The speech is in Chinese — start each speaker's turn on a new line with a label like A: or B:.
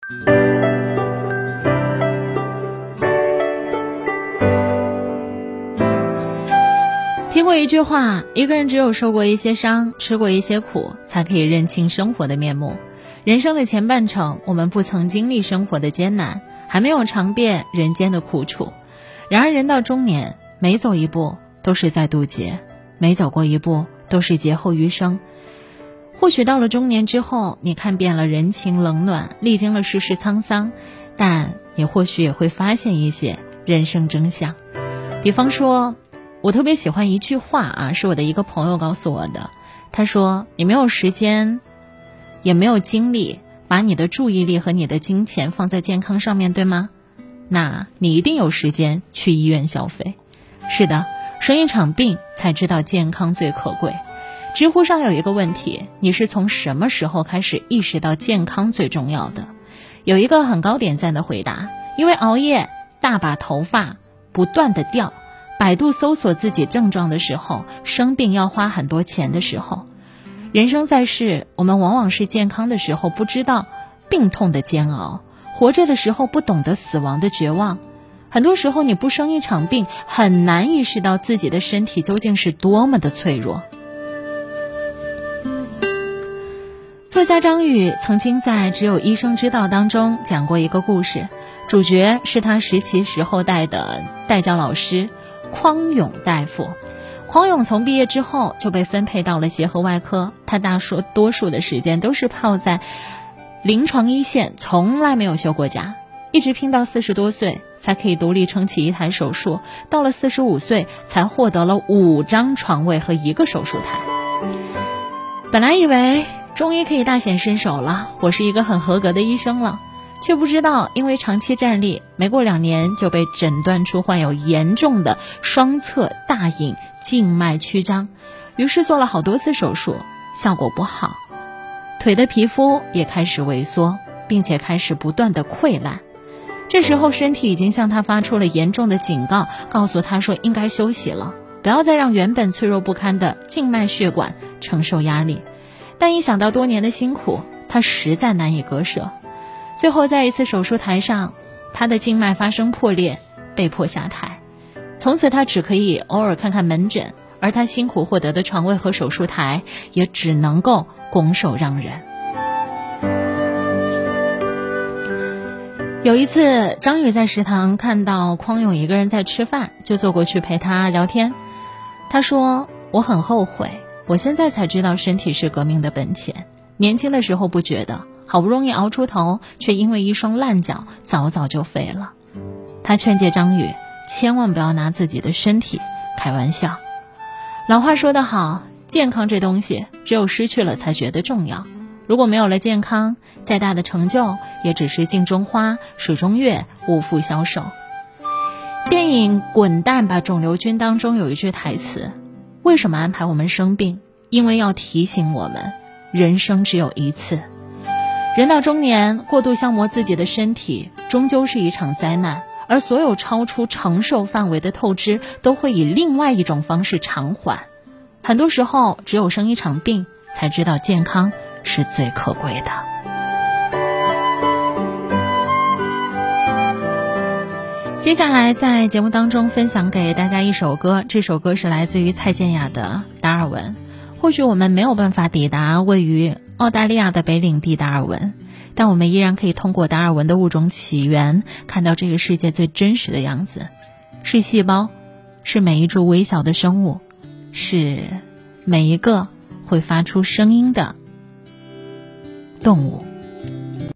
A: 听过一句话，一个人只有受过一些伤，吃过一些苦，才可以认清生活的面目。人生的前半程，我们不曾经历生活的艰难，还没有尝遍人间的苦楚。然而人到中年，每走一步都是在渡劫，每走过一步都是劫后余生。或许到了中年之后，你看遍了人情冷暖，历经了世事沧桑，但你或许也会发现一些人生真相。比方说，我特别喜欢一句话是我的一个朋友告诉我的。他说，你没有时间也没有精力把你的注意力和你的金钱放在健康上面，对吗？那你一定有时间去医院消费。是的，生一场病才知道健康最可贵。知乎上有一个问题，你是从什么时候开始意识到健康最重要的？有一个很高点赞的回答，因为熬夜大把头发不断的掉，百度搜索自己症状的时候，生病要花很多钱的时候。人生在世，我们往往是健康的时候不知道病痛的煎熬，活着的时候不懂得死亡的绝望。很多时候你不生一场病，很难意识到自己的身体究竟是多么的脆弱。作家张宇曾经在《只有医生知道》当中讲过一个故事，主角是他实习时候带的代教老师匡勇大夫。匡勇从毕业之后就被分配到了协和外科，他多数的时间都是泡在临床一线，从来没有休过假，一直拼到40多岁才可以独立撑起一台手术，到了45岁才获得了5张床位和1个手术台。本来以为中医可以大显身手了，我是一个很合格的医生了，却不知道因为长期站立，没过2年就被诊断出患有严重的双侧大隐静脉曲张，于是做了好多次手术，效果不好，腿的皮肤也开始萎缩，并且开始不断的溃烂。这时候身体已经向他发出了严重的警告，告诉他说应该休息了，不要再让原本脆弱不堪的静脉血管承受压力。但一想到多年的辛苦，他实在难以割舍。最后在一次手术台上，他的静脉发生破裂，被迫下台。从此他只可以偶尔看看门诊，而他辛苦获得的床位和手术台也只能够拱手让人。有一次张宇在食堂看到匡勇一个人在吃饭，就坐过去陪他聊天。他说，我很后悔，我现在才知道身体是革命的本钱，年轻的时候不觉得，好不容易熬出头，却因为一双烂脚早早就废了。他劝诫张宇千万不要拿自己的身体开玩笑。老话说得好，健康这东西只有失去了才觉得重要，如果没有了健康，再大的成就也只是镜中花水中月，无复消受。电影《滚蛋吧肿瘤君》当中有一句台词，为什么安排我们生病？因为要提醒我们，人生只有一次。人到中年，过度消磨自己的身体终究是一场灾难，而所有超出承受范围的透支都会以另外一种方式偿还。很多时候只有生一场病，才知道健康是最可贵的。接下来在节目当中分享给大家一首歌，这首歌是来自于蔡健雅的《达尔文》。或许我们没有办法抵达位于澳大利亚的北领地达尔文，但我们依然可以通过达尔文的物种起源看到这个世界最真实的样子，是细胞，是每一株微小的生物，是每一个会发出声音的动物。